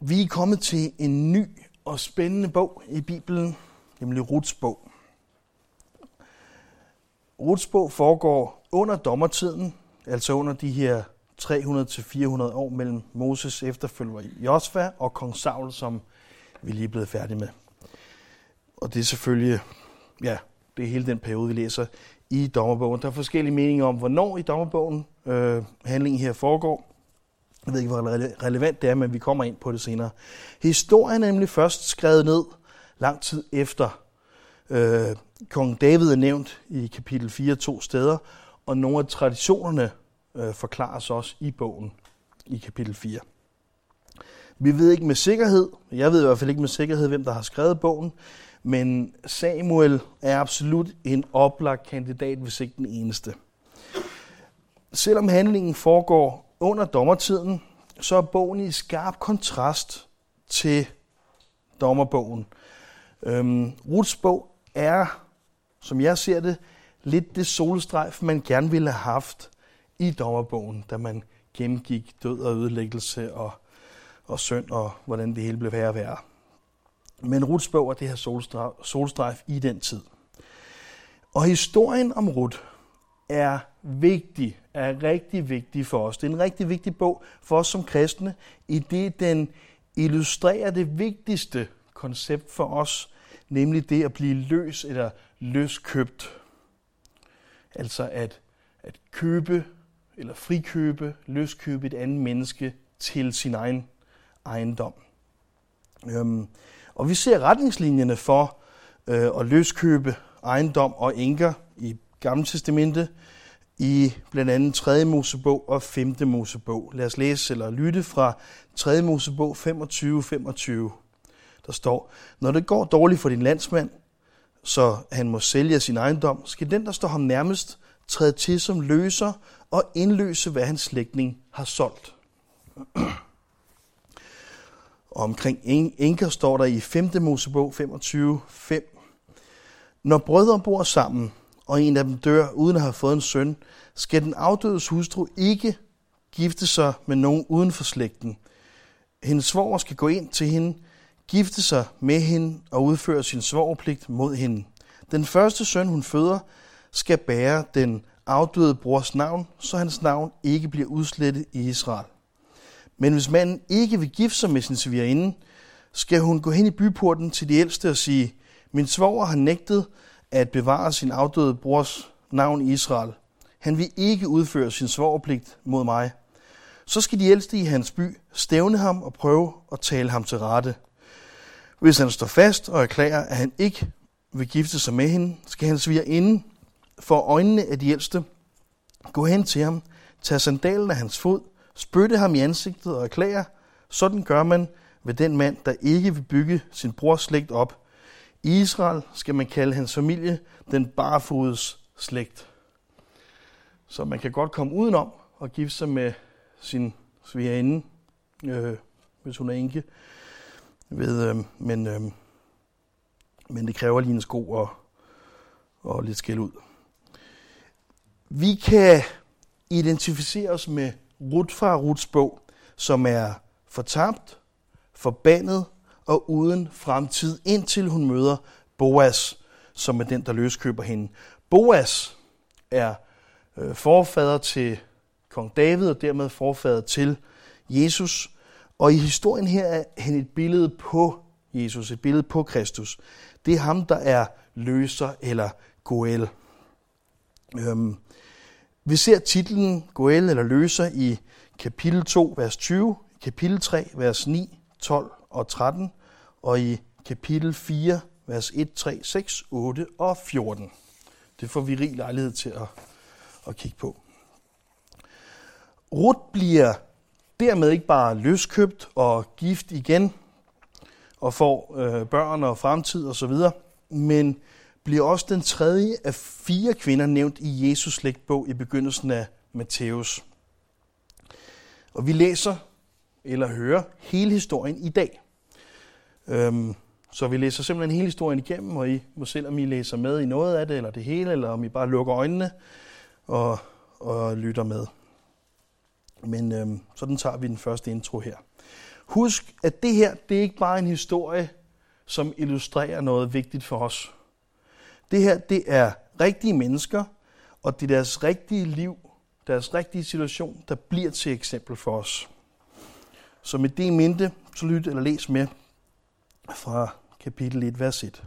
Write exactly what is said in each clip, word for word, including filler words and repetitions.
Vi er kommet til en ny og spændende bog i Bibelen, nemlig Ruths bog. Ruths bog foregår under dommertiden, altså under de her tre hundrede til fire hundrede år mellem Moses efterfølger Josva og kong Saul, som vi lige er blevet færdige med. Og det er selvfølgelig, ja, det er hele den periode, vi læser i dommerbogen. Der er forskellige meninger om, hvornår i dommerbogen øh, handlingen her foregår. Jeg ved ikke, hvor relevant det er, men vi kommer ind på det senere. Historien er nemlig først skrevet ned lang tid efter. Øh, Kong David er nævnt i kapitel fire to steder, og nogle af traditionerne øh, forklares også i bogen i kapitel fire. Vi ved ikke med sikkerhed, jeg ved i hvert fald ikke med sikkerhed, hvem der har skrevet bogen, men Samuel er absolut en oplagt kandidat, hvis ikke den eneste. Selvom handlingen foregår under dommertiden, så er bogen i skarp kontrast til dommerbogen. Øhm, Ruths bog er, som jeg ser det, lidt det solstrejf, man gerne ville have haft i dommerbogen, da man gennemgik død og ødelæggelse og, og synd, og hvordan det hele blev værre og værre. Men Ruths bog er det her solstrejf, solstrejf i den tid. Og historien om Ruth er vigtig, er rigtig vigtig for os. Det er en rigtig vigtig bog for os som kristne, i det den illustrerer det vigtigste koncept for os, nemlig det at blive løs eller løskøbt. Altså at, at købe eller frikøbe, løskøbe et andet menneske til sin egen ejendom. Øhm, og vi ser retningslinjerne for øh, at løskøbe ejendom og enker i Gamle Testamente, i blandt andet tredje Mosebog og femte Mosebog. Lad os læse eller lytte fra tredje Mosebog femogtyve femogtyve. Der står, når det går dårligt for din landsmand, så han må sælge sin ejendom, skal den, der står ham nærmest, træde til som løser og indløse, hvad hans slægtning har solgt. Og omkring enker står der i femte Mosebog femogtyve fem. Når brødre bor sammen, og en af dem dør uden at have fået en søn, skal den afdødes hustru ikke gifte sig med nogen uden for slægten. Hendes svoger skal gå ind til hende, gifte sig med hende og udføre sin svogerpligt mod hende. Den første søn, hun føder, skal bære den afdøde brors navn, så hans navn ikke bliver udslettet i Israel. Men hvis manden ikke vil gifte sig med sin svigerinde, skal hun gå hen i byporten til de ældste og sige, min svoger har nægtet at bevare sin afdøde brors navn i Israel. Han vil ikke udføre sin svogerpligt mod mig. Så skal de ældste i hans by stævne ham og prøve at tale ham til rette. Hvis han står fast og erklærer, at han ikke vil gifte sig med hende, skal han svigerinde for øjnene af de ældste gå hen til ham, tage sandalen af hans fod, spytte ham i ansigtet og erklære, sådan gør man ved den mand, der ikke vil bygge sin brors slægt op. I Israel skal man kalde hans familie den barfods slægt. Så man kan godt komme udenom og gifte sig med sin svigerinde, øh, hvis hun er enke. Ved, øh, men, øh, men det kræver lige en sko og, og lidt skæld ud. Vi kan identificere os med Ruth fra Ruths bog, som er fortabt, forbandet og uden fremtid, indtil hun møder Boaz, som er den, der løskøber hende. Boaz er øh, forfader til kong David, og dermed forfader til Jesus. Og i historien her er han et billede på Jesus, et billede på Kristus. Det er ham, der er løser eller Goel. Øhm, vi ser titlen Goel eller løser i kapitel to, vers tyve, kapitel tre, vers ni, tolv og tretten, og i kapitel fire, vers et, tre, seks, otte og fjorten. Det får vi rig lejlighed til at, at kigge på. Ruth bliver dermed ikke bare løskøbt og gift igen, og får øh, børn og fremtid osv., men bliver også den tredje af fire kvinder nævnt i Jesus slægtbog i begyndelsen af Matthæus. Og vi læser eller hører hele historien i dag. Øhm, så vi læser simpelthen hele historien igennem, og I må selv, om I læser med i noget af det, eller det hele, eller om I bare lukker øjnene og, og lytter med. Men øhm, sådan tager vi den første intro her. Husk, at det her, det er ikke bare en historie, som illustrerer noget vigtigt for os. Det her, det er rigtige mennesker, og det er deres rigtige liv, deres rigtige situation, der bliver til eksempel for os. Så med det i mente, så lyt eller læs med fra kapitel et, vers et.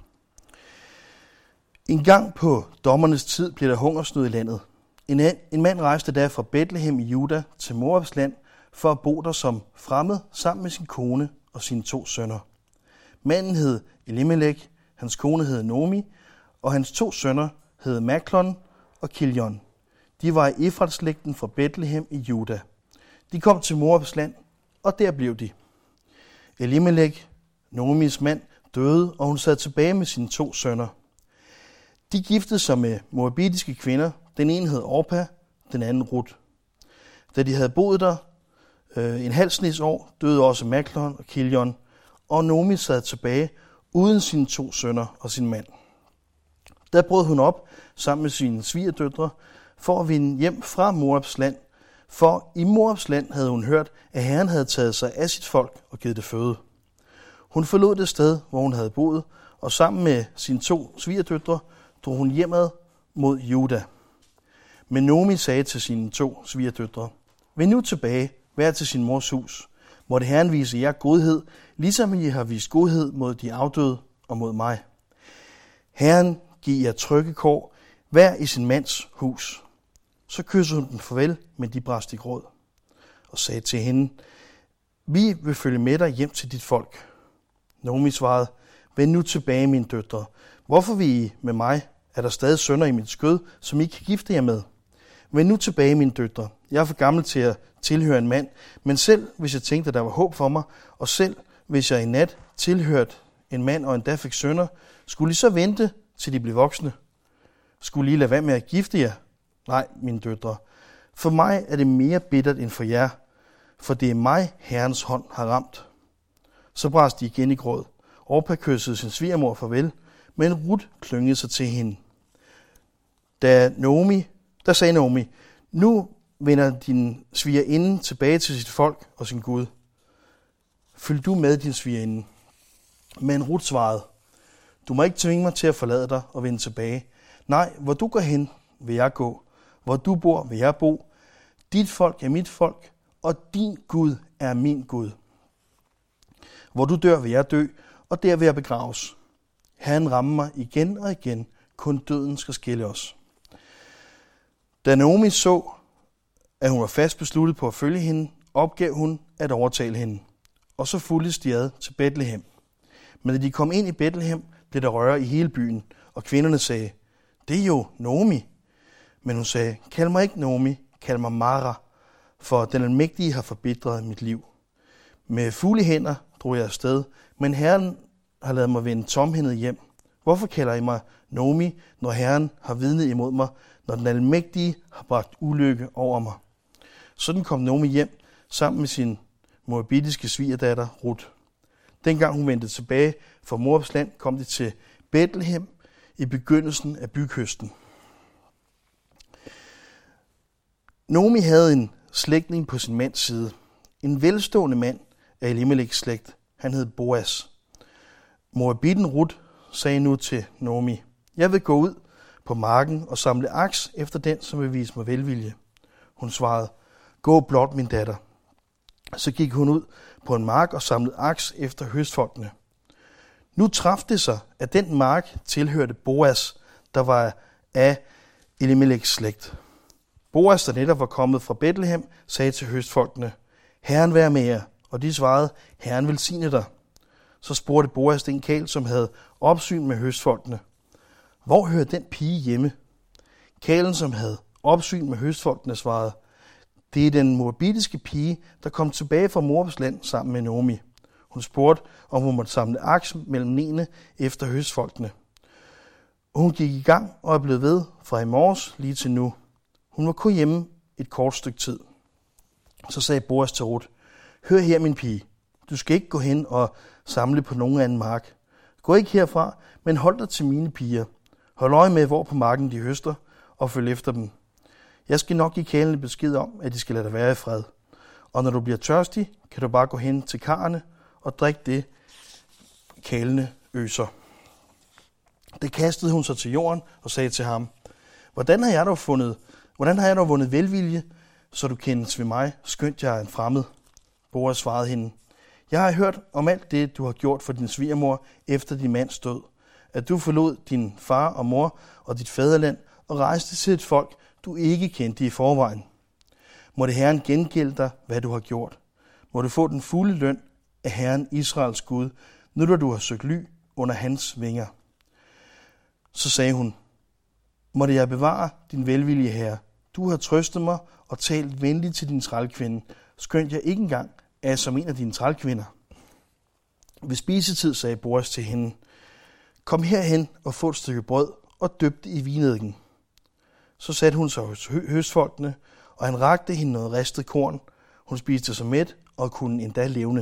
En gang på dommernes tid blev der hungersnød i landet. En, en mand rejste da fra Bethlehem i Juda til Moabs land for at bo der som fremmed sammen med sin kone og sine to sønner. Manden hed Elimelech, hans kone hed Nomi, og hans to sønner hed Maklon og Kilion. De var i Efrat-slægten fra Bethlehem i Juda. De kom til Moabs land, og der blev de. Elimelech, Nomis mand, døde, og hun sad tilbage med sine to sønner. De giftede sig med moabitiske kvinder. Den ene hed Orpa, den anden Ruth. Da de havde boet der øh, en halv snes år, døde også Maklon og Kilion, og Nomi sad tilbage uden sine to sønner og sin mand. Der brød hun op sammen med sine svigerdøtre for at vinde hjem fra Moabs land, for i Moabs land havde hun hørt, at Herren havde taget sig af sit folk og givet det føde. Hun forlod det sted, hvor hun havde boet, og sammen med sine to svigerdøtre drog hun hjemad mod Juda. Men Nomi sagde til sine to svigerdøtre: "Vend nu tilbage, vær til sin mors hus. Måtte Herren vise jer godhed, ligesom I har vist godhed mod de afdøde og mod mig. Herren giv jer trygge kår, hver i sin mands hus." Så kyssede hun den farvel, men de brast i gråd og sagde til hende: "Vi vil følge med dig hjem til dit folk." Nomi svarede: "Vend nu tilbage, mine døtre. Hvorfor vil I med mig? Er der stadig sønner i mit skød, som I kan gifte jer med? Vend nu tilbage, mine døtre. Jeg er for gammel til at tilhøre en mand, men selv hvis jeg tænkte, at der var håb for mig, og selv hvis jeg i nat tilhørte en mand og endda fik sønner, skulle I så vente, til de blev voksne? Skulle I lade være med at gifte jer? Nej, mine døtre. For mig er det mere bittert end for jer, for det er mig, Herrens hånd har ramt." Så brast de igen i gråd. Orpa kyssede sin svigermor farvel, men Ruth klyngede sig til hende. Da Naomi, der sagde Naomi: "Nu vender din svigerinde tilbage til sit folk og sin Gud. Følg du med din svigerinde." Men Ruth svarede: "Du må ikke tvinge mig til at forlade dig og vende tilbage. Nej, hvor du går hen, vil jeg gå. Hvor du bor, vil jeg bo. Dit folk er mit folk, og din Gud er min Gud. Hvor du dør, vil jeg dø, og der vil jeg begraves. Herren rammer mig igen og igen. Kun døden skal skille os." Da Naomi så, at hun var fast besluttet på at følge hende, opgav hun at overtale hende. Og så fulgtes de ad til Bethlehem. Men da de kom ind i Bethlehem, blev der røre i hele byen, og kvinderne sagde: "Det er jo Naomi." Men hun sagde: "Kald mig ikke Naomi, kald mig Mara, for den almægtige har forbitret mit liv. Med fugle hænder drog jeg afsted, men Herren har ladet mig vende tomhændet hjem. Hvorfor kalder I mig Naomi, når Herren har vidnet imod mig, når den almægtige har bragt ulykke over mig?" Sådan kom Naomi hjem sammen med sin moabitiske svigerdatter Ruth. Dengang hun vendte tilbage fra Moabs land, kom de til Bethlehem i begyndelsen af bykysten. Naomi havde en slægtning på sin mands side. En velstående mand af Elimelechs slægt. Han hed Boas. Moabiten Ruth sagde nu til Naomi: "Jeg vil gå ud på marken og samle aks efter den, som vil vise mig velvilje." Hun svarede: "Gå blot, min datter." Så gik hun ud på en mark og samlede aks efter høstfolkene. Nu traf det sig, at den mark tilhørte Boas, der var af Elimelechs slægt. Boas, der netop var kommet fra Bethlehem, sagde til høstfolkene: "Herren vær med jer." Og de svarede: "Herren velsigne dig." Så spurgte Boas den karl, som havde opsyn med høstfolkene: "Hvor hører den pige hjemme?" Karlen, som havde opsyn med høstfolkene, svarede: "Det er den moabitiske pige, der kom tilbage fra Moabs land sammen med Naomi." Hun spurgte, om hun måtte samle aks mellem nene efter høstfolkene. Hun gik i gang og er blevet ved fra i morges lige til nu. Hun var kun hjemme et kort stykke tid. Så sagde Boas til Ruth: "Hør her, min pige. Du skal ikke gå hen og samle på nogen anden mark. Gå ikke herfra, men hold dig til mine piger. Hold øje med, hvor på marken de høster, og følg efter dem. Jeg skal nok give kælene besked om, at de skal lade dig være i fred. Og når du bliver tørstig, kan du bare gå hen til karrene og drikke det, kælene øser. Det kastede hun sig til jorden og sagde til ham, hvordan har jeg dog fundet, hvordan har jeg dog vundet velvilje, så du kendes ved mig, skønt jeg er en fremmed? Boas svarede hende, jeg har hørt om alt det, du har gjort for din svigermor efter din mands død, at du forlod din far og mor og dit faderland og rejste til et folk, du ikke kendte i forvejen. Må det Herren gengælde dig, hvad du har gjort. Må du få den fulde løn af Herren Israels Gud, nu da du har søgt ly under hans vinger. Så sagde hun, måtte jeg bevare din velvilje, herre. Du har trøstet mig og talt venligt til din trælkvinde, skønt jeg ikke engang er som en af dine trælkvinder. Ved spisetid sagde Boas til hende, kom herhen og få et stykke brød og døb det i vineddiken. Så satte hun sig hos høstfolkene, og han rakte hende noget ristet korn. Hun spiste sig mæt og kunne endda levne.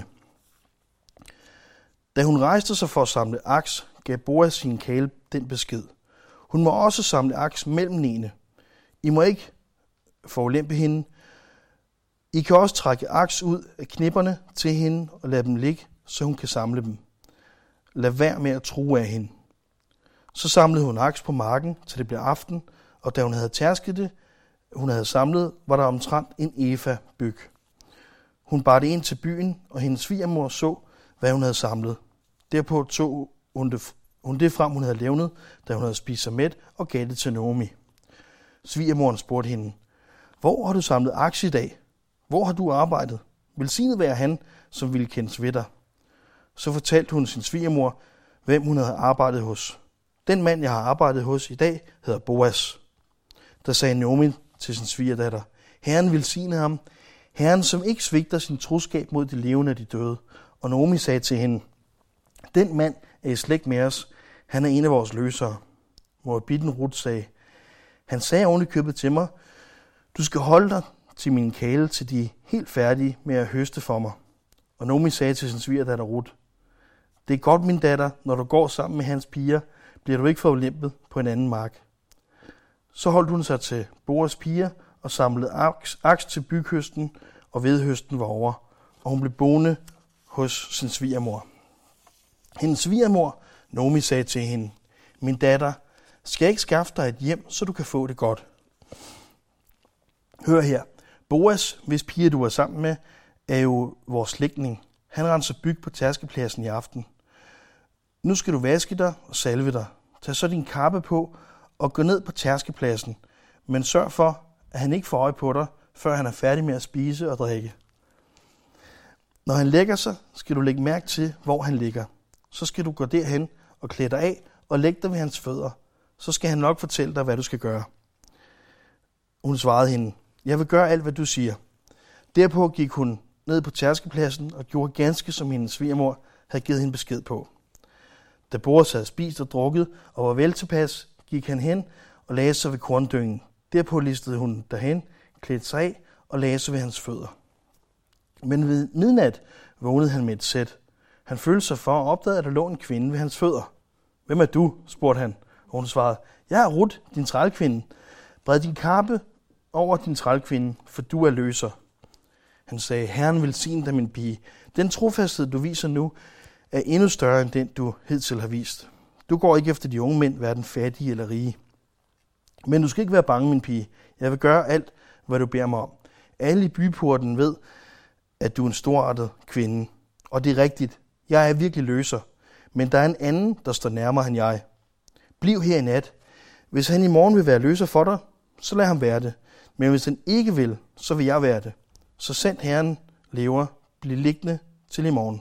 Da hun rejste sig for at samle aks, gav Boas sin kæle den besked. Hun må også samle aks mellem nene. I må ikke forulempe hende. I kan også trække aks ud af knipperne til hende og lade dem ligge, så hun kan samle dem. Lad være med at true af hende. Så samlede hun aks på marken, til det blev aften, og da hun havde tærsket det, hun havde samlet, var der omtrent en efa byg. Hun bar det ind til byen, og hendes svigermor så, hvad hun havde samlet. Derpå tog hun det, hun det frem, hun havde levnet, da hun havde spist sig mæt, og gav det til Naomi. Svigermoren spurgte hende, hvor har du samlet aks i dag? Hvor har du arbejdet? Velsignet være han, som ville kendes ved dig. Så fortalte hun sin svigermor, hvem hun havde arbejdet hos. Den mand, jeg har arbejdet hos i dag, hedder Boas. Der sagde Naomi til sin svigerdatter, Herren velsigne ham, Herren, som ikke svigter sin troskab mod de levende og de døde. Og Naomi sagde til hende, den mand er i slægt med os, han er en af vores løsere. Moabitten Ruth sagde, han sagde oven i købet til mig, du skal holde dig til min kæle, til de er helt færdige med at høste for mig. Og Naomi sagde til sin svigerdatter Ruth, det er godt, min datter, når du går sammen med hans piger, bliver du ikke forulempet på en anden mark. Så holdt hun sig til Boas piger og samlede aks, aks til byghøsten, og vedhøsten var over, og hun blev boende hos sin svigermor. Hendes svigermor, Naomi, sagde til hende, min datter, skal jeg ikke skaffe dig et hjem, så du kan få det godt? Hør her, Boas, hvis piger du er sammen med, er jo vores slægtning. Han renser byg på tærskepladsen i aften. Nu skal du vaske dig og salve dig. Tag så din kappe på og gå ned på tærskepladsen, men sørg for, at han ikke får øje på dig, før han er færdig med at spise og drikke. Når han lægger sig, skal du lægge mærke til, hvor han ligger. Så skal du gå derhen og klæde dig af og lægge dig ved hans fødder. Så skal han nok fortælle dig, hvad du skal gøre. Hun svarede hende, jeg vil gøre alt, hvad du siger. Derpå gik hun ned på tærskepladsen og gjorde ganske, som hendes svigermor havde givet hende besked på. Da Boas havde spist og drukket og var vel tilpas, gik han hen og lagde sig ved korndyngen. Derpå listede hun derhen, klædte sig af og lagde sig ved hans fødder. Men ved midnat vågnede han med et sæt. Han følte sig for og opdagede, at der lå en kvinde ved hans fødder. Hvem er du? Spurgte han, og hun svarede, jeg er Ruth, din trælkvinde. Bred din kappe over din trælkvinde, for du er løser. Han sagde, Herren velsigne dig, min pige. Den trofasthed, du viser nu, er endnu større end den, du hidtil har vist. Du går ikke efter de unge mænd, hverken fattige eller rige. Men du skal ikke være bange, min pige. Jeg vil gøre alt, hvad du beder mig om. Alle i byporten ved, at du er en storartet kvinde. Og det er rigtigt. Jeg er virkelig løser. Men der er en anden, der står nærmere end jeg. Bliv her i nat. Hvis han i morgen vil være løser for dig, så lad ham være det. Men hvis han ikke vil, så vil jeg være det. Så send Herren lever, bliv liggende til i morgen.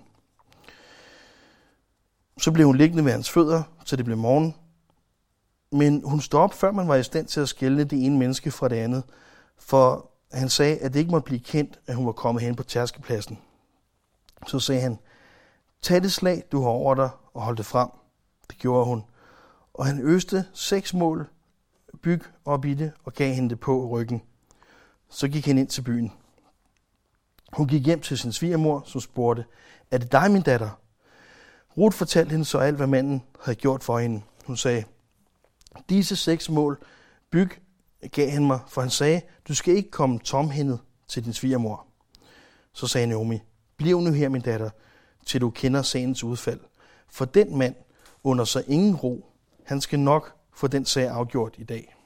Så blev hun liggende ved hans fødder, så det blev morgen. Men hun stod op, før man var i stand til at skelne det ene menneske fra det andet. For han sagde, at det ikke måtte blive kendt, at hun var kommet hen på tærskepladsen. Så sagde han, tag det slag, du har over dig, og hold det frem. Det gjorde hun. Og han øste seks mål byg op i det, og gav hende det på ryggen. Så gik han ind til byen. Hun gik hjem til sin svigermor, som spurgte, er det dig, min datter? Ruth fortalte hende så alt, hvad manden havde gjort for hende. Hun sagde, disse seks mål byg gav han mig, for han sagde, du skal ikke komme tomhændet til din svigermor. Så sagde Naomi, bliv nu her, min datter, til du kender sagens udfald. For den mand under sig ingen ro. Han skal nok få den sag afgjort i dag.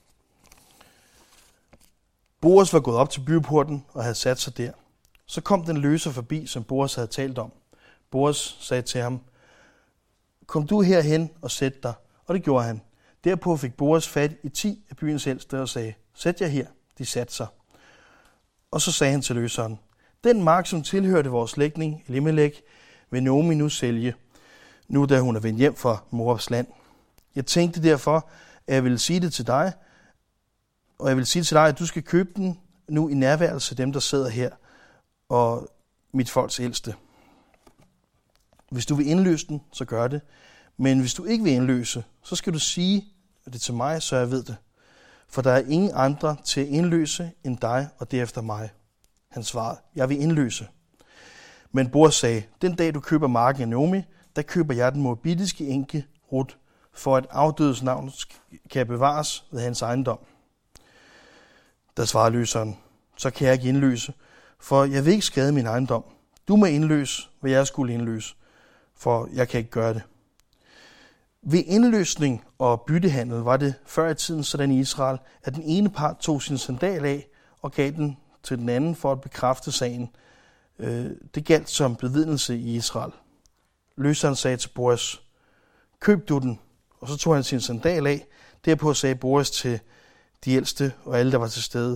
Boas var gået op til byporten og havde sat sig der. Så kom den løser forbi, som Boas havde talt om. Boas sagde til ham, kom du herhen og sæt dig. Og det gjorde han. Derpå fik Boas fat i ti af byens ældste og sagde, sæt jer her. De satte sig. Og så sagde han til løseren, den mark, som tilhørte vores slægtning Elimelek, vil Naomi nu sælge, nu da hun er vendt hjem fra Moabs land. Jeg tænkte derfor, at jeg ville sige det til dig, og jeg vil sige til dig, at du skal købe den nu i nærværelse af dem, der sidder her, og mit folks ældste. Hvis du vil indløse den, så gør det. Men hvis du ikke vil indløse, så skal du sige det til mig, så jeg ved det. For der er ingen andre til at indløse end dig og derefter mig. Han svarede, jeg vil indløse. Men Boas sagde, den dag du køber marken af Naomi, der køber jeg den moabitiske enke Ruth, for at afdødes navn kan bevares ved hans ejendom. Der svarede løseren, så kan jeg ikke indløse, for jeg vil ikke skade min ejendom. Du må indløse, hvad jeg skulle indløse, for jeg kan ikke gøre det. Ved indløsning og byttehandel var det før i tiden sådan i Israel, at den ene part tog sin sandal af og gav den til den anden for at bekræfte sagen. Det galt som bevidnelse i Israel. Løseren sagde til Boas, køb du den, og så tog han sin sandal af. Derpå sagde Boas til de ældste og alle, der var til stede,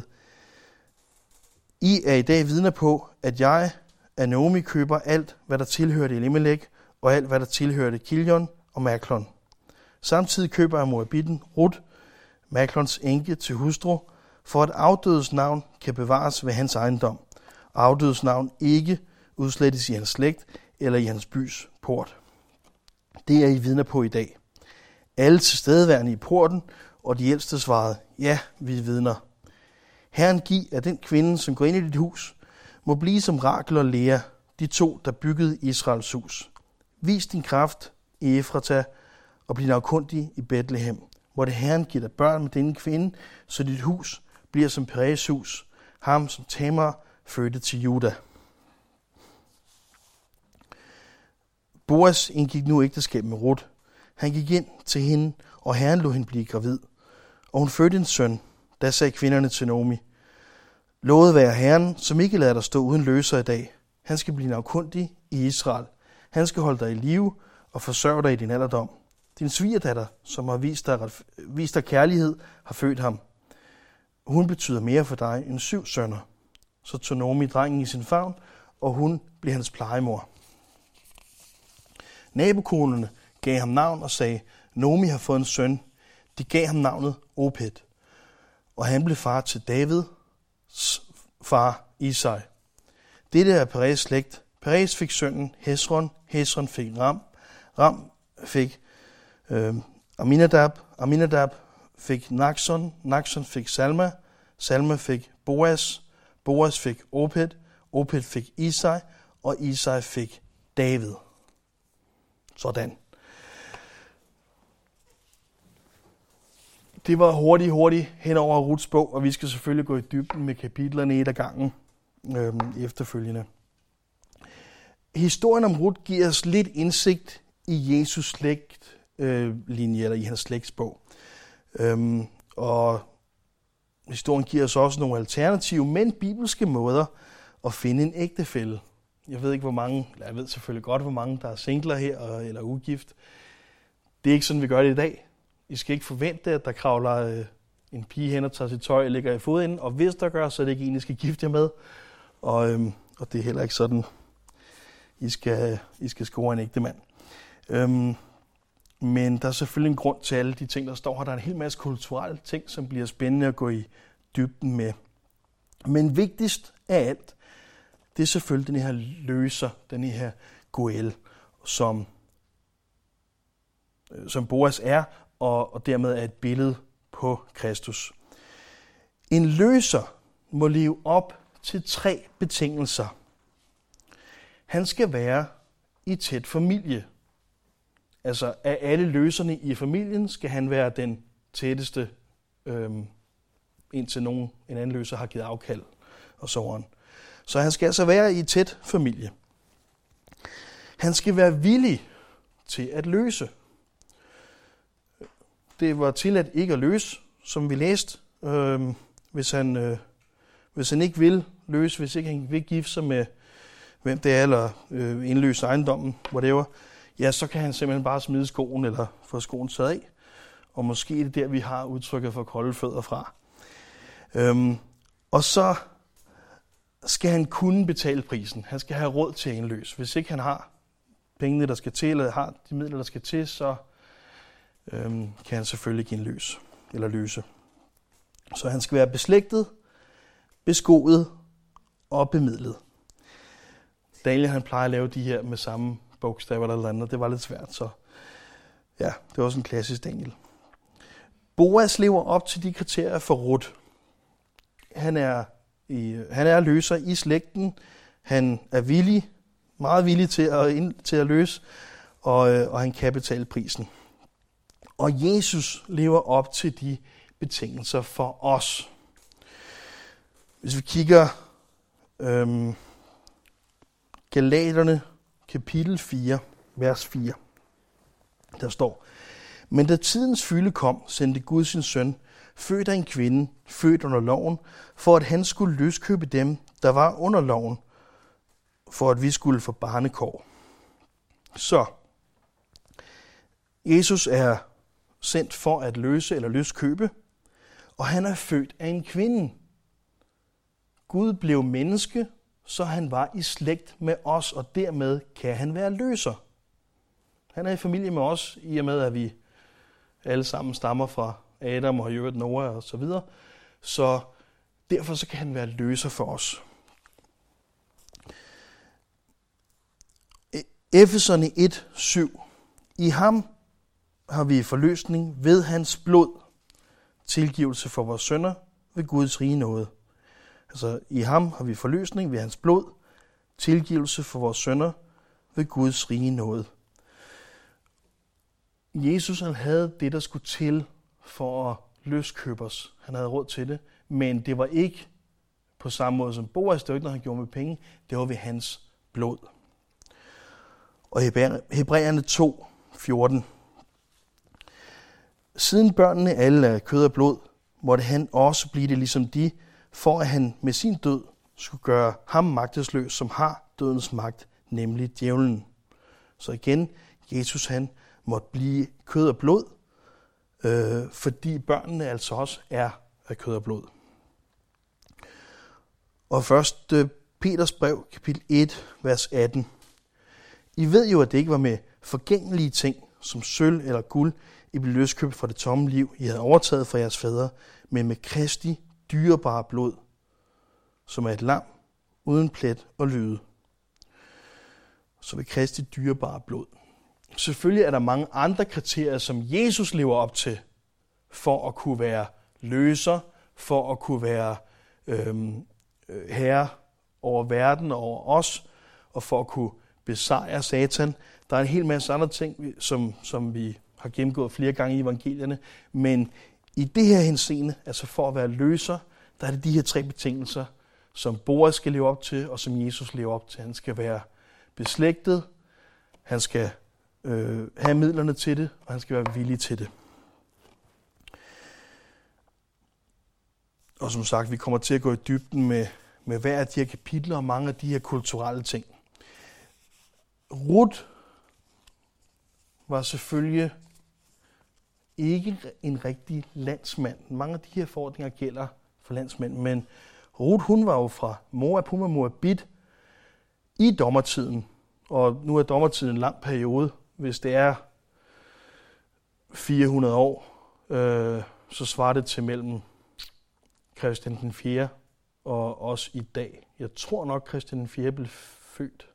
I er i dag vidner på, at jeg af Naomi køber alt, hvad der tilhørte Elimelek, og alt, hvad der tilhørte Kilion og Maklon. Samtidig køber jeg Moabitten Ruth, Maklons enke, til hustru, for at afdødes navn kan bevares ved hans ejendom, og afdødes navn ikke udslettes i hans slægt eller i hans bys port. Det er I vidner på i dag. Alle tilstedeværende i porten, og de ældste svarede, ja, vi er vidner. Herren giv, at den kvinde, som går ind i dit hus, må blive som Rakel og Lea, de to, der byggede Israels hus. Vis din kraft i Efrata og bliv navkundig i Bethlehem. Måtte Herren give dig børn med denne kvinde, så dit hus bliver som Peres hus, ham som Tamar fødte til Juda. Boas indgik nu ægteskab med Ruth. Han gik ind til hende, og Herren lod hende blive gravid. Og hun fødte en søn. Da sagde kvinderne til Naomi, lovet være Herren, som ikke lader dig stå uden løser i dag. Han skal blive navkundig i Israel. Han skal holde dig i live og forsørge dig i din alderdom. Din svigerdatter, som har vist dig, vist dig kærlighed, har født ham. Hun betyder mere for dig end syv sønner. Så tog Naomi drengen i sin favn, og hun blev hans plejemor. Nabokonerne gav ham navn og sagde, Naomi har fået en søn. De gav ham navnet Obed, og han blev far til Davids far Isai. Dette er Peres slægt. Peres fik sønnen Hesron, Hesron fik Ram, Ram fik øh, Aminadab, Aminadab fik Naxon, Naxon fik Salma, Salma fik Boas, Boas fik Obed, Obed fik Isai, og Isai fik David. Sådan. Det var hurtigt, hurtigt hen over Ruths bog, og vi skal selvfølgelig gå i dybden med kapitlerne et ad gangen øh, efterfølgende. Historien om Ruth giver os lidt indsigt i Jesus slægtlinje, øh, eller i hans slægtsbog. Øhm, og historien giver os også nogle alternative, men bibelske måder at finde en ægtefælle. Jeg ved ikke, hvor mange, eller jeg ved selvfølgelig godt, hvor mange, der er singler her, eller ugift. Det er ikke sådan, vi gør det i dag. I skal ikke forvente, at der kravler øh, en pige hen og tager sit tøj og ligger i fodenden, og hvis der gør, så er det ikke en, I skal gifte jer med. Og, øhm, og det er heller ikke sådan, I skal, I skal score en ægte mand. Øhm, men der er selvfølgelig en grund til alle de ting, der står her. Der er en hel masse kulturelle ting, som bliver spændende at gå i dybden med. Men vigtigst af alt, det er selvfølgelig den her løser, den her Goel, som, som Boas er, og, og dermed er et billede på Kristus. En løser må leve op til tre betingelser. Han skal være i tæt familie. Altså af alle løserne i familien skal han være den tætteste, øhm, indtil nogen, en anden løser har givet afkald og så on. Så han skal altså være i et tæt familie. Han skal være villig til at løse. Det var tilladt ikke at løse, som vi læste. Øh, hvis, han, øh, hvis han ikke vil løse, hvis ikke han vil gifte sig med hvem det er, eller øh, indløse ejendommen, whatever, ja, så kan han simpelthen bare smide skoen, eller få skoen taget af. Og måske er det der, vi har udtrykket for kolde fødder fra. Øhm, og så skal han kunne betale prisen. Han skal have råd til at indløse. Hvis ikke han har pengene, der skal til, eller har de midler, der skal til, så øhm, kan han selvfølgelig ikke indløse, eller løse. Så han skal være beslægtet, beskoet og bemidlet. Daniel, han plejer at lave de her med samme bogstaver eller andet. Det var lidt svært, så ja, det var også en klassisk Daniel. Boas lever op til de kriterier for Ruth. Han er, i, han er løser i slægten. Han er villig, meget villig til at, ind, til at løse, og, og han kan betale prisen. Og Jesus lever op til de betingelser for os. Hvis vi kigger øhm, Galaterne kapitel fire, vers fire, der står: Men da tidens fylde kom, sendte Gud sin søn, født af en kvinde, født under loven, for at han skulle løskøbe dem, der var under loven, for at vi skulle få barnekår. Så Jesus er sendt for at løse eller løskøbe, og han er født af en kvinde. Gud blev menneske, så han var i slægt med os, og dermed kan han være løser. Han er i familie med os, i og med at vi alle sammen stammer fra Adam og Jørgen, Noah og så videre. Så derfor så kan han være løser for os. Efeserne et syv. I ham har vi forløsning ved hans blod, tilgivelse for vores synder ved Guds rige nåde. Altså, i ham har vi forløsning ved hans blod, tilgivelse for vores synder ved Guds rige nåde. Jesus, han havde det, der skulle til for at løskøbe os. Han havde råd til det, men det var ikke på samme måde som Boas. Det var ikke noget, han gjorde med penge. Det var ved hans blod. Og Hebræerne to fjorten. Siden børnene alle er kød og blod, måtte han også blive det ligesom de, for at han med sin død skulle gøre ham magtesløs, som har dødens magt, nemlig djævlen. Så igen, Jesus han måtte blive kød og blod, øh, fordi børnene altså også er af kød og blod. Og først øh, Peters brev, kapitel et, vers atten. I ved jo, at det ikke var med forgængelige ting, som sølv eller guld, I blev løskøbt fra det tomme liv, I havde overtaget fra jeres fædre, men med Kristi dyrebare blod, som er et lam, uden plet og lyde. Så ved Kristi dyrebare blod. Selvfølgelig er der mange andre kriterier, som Jesus lever op til, for at kunne være løser, for at kunne være øhm, herre over verden og over os, og for at kunne besejre Satan. Der er en hel masse andre ting, som, som vi har gennemgået flere gange i evangelierne, men i det her henseende, altså for at være løser, der er det de her tre betingelser, som Boas skal leve op til, og som Jesus lever op til. Han skal være beslægtet, han skal øh, have midlerne til det, og han skal være villig til det. Og som sagt, vi kommer til at gå i dybden med, med hver af de her kapitler og mange af de her kulturelle ting. Ruth var selvfølgelig ikke en rigtig landsmand. Mange af de her forordninger gælder for landsmænd, men Ruth, hun var jo fra Moab, hun var Moabit i dommertiden, og nu er dommertiden en lang periode. Hvis det er fire hundrede år, øh, så svarer det til mellem Christian den fjerde og os i dag. Jeg tror nok, Christian den fjerde blev født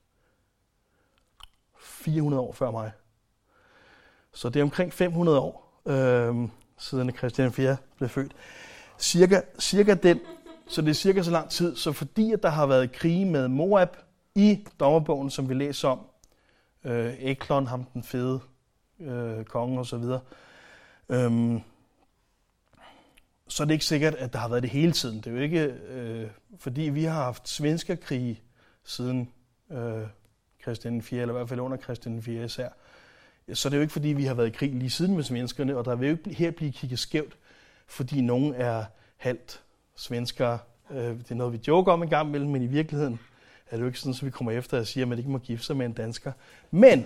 fire hundrede år før mig. Så det er omkring fem hundrede år, øh, siden Christian den fjerde blev født. Cirka, cirka den, så det er cirka så lang tid. Så fordi at der har været krige med Moab i dommerbogen, som vi læser om, øh, Eklon, ham den fede øh, konge og så videre, øh, så er det ikke sikkert, at der har været det hele tiden. Det er jo ikke, øh, fordi vi har haft svenskerkrige siden øh, Christian den fjerde, eller i hvert fald under Christian den fjerde især. Så det er jo ikke, fordi vi har været i krig lige siden med svenskerne, og der vil jo ikke her blive kigget skævt, fordi nogen er halvt svenskere. Det er noget, vi joker om en gang imellem, men i virkeligheden er det jo ikke sådan, at vi kommer efter og siger, at man ikke må gifte sig med en dansker. Men,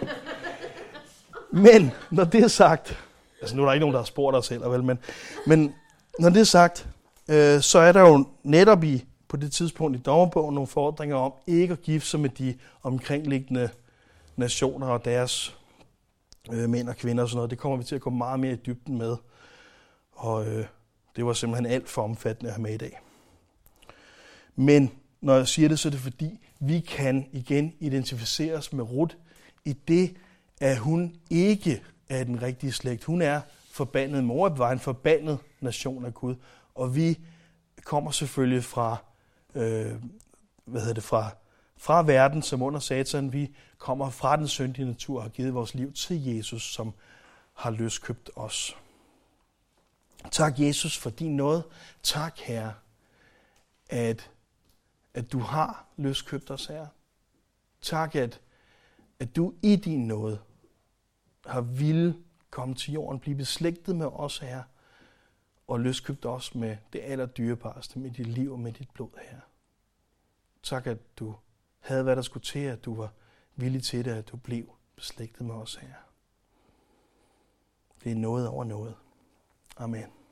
men når det er sagt, altså nu er der ikke nogen, der har spurgt os heller, vel, men, men når det er sagt, øh, så er der jo netop i, på det tidspunkt i dommerbogen nogle fordringer om ikke at gifte sig med de omkringliggende nationer og deres øh, mænd og kvinder og sådan noget. Det kommer vi til at gå meget mere i dybden med, og øh, det var simpelthen alt for omfattende at have med i dag. Men når jeg siger det, så er det fordi, vi kan igen identificere os med Ruth i det, at hun ikke er den rigtige slægt. Hun er forbandet. Moab var en forbandet nation af Gud, og vi kommer selvfølgelig fra, øh, hvad hedder det, fra, fra verden som under Satan. Vi kommer fra den syndige natur og har givet vores liv til Jesus, som har løskøbt os. Tak, Jesus, for din nåde. Tak, Herre, at, at du har løskøbt os, Herre. Tak, at, at du i din nåde har ville komme til jorden, blive beslægtet med os, Herre, og løskøbt os med det allerdyrebareste, med dit liv og med dit blod, Herre. Tak, at du havde, hvad der skulle til, at du var villig til det, at du blev beslægtet med os, Herre. Det er noget over noget. Amen.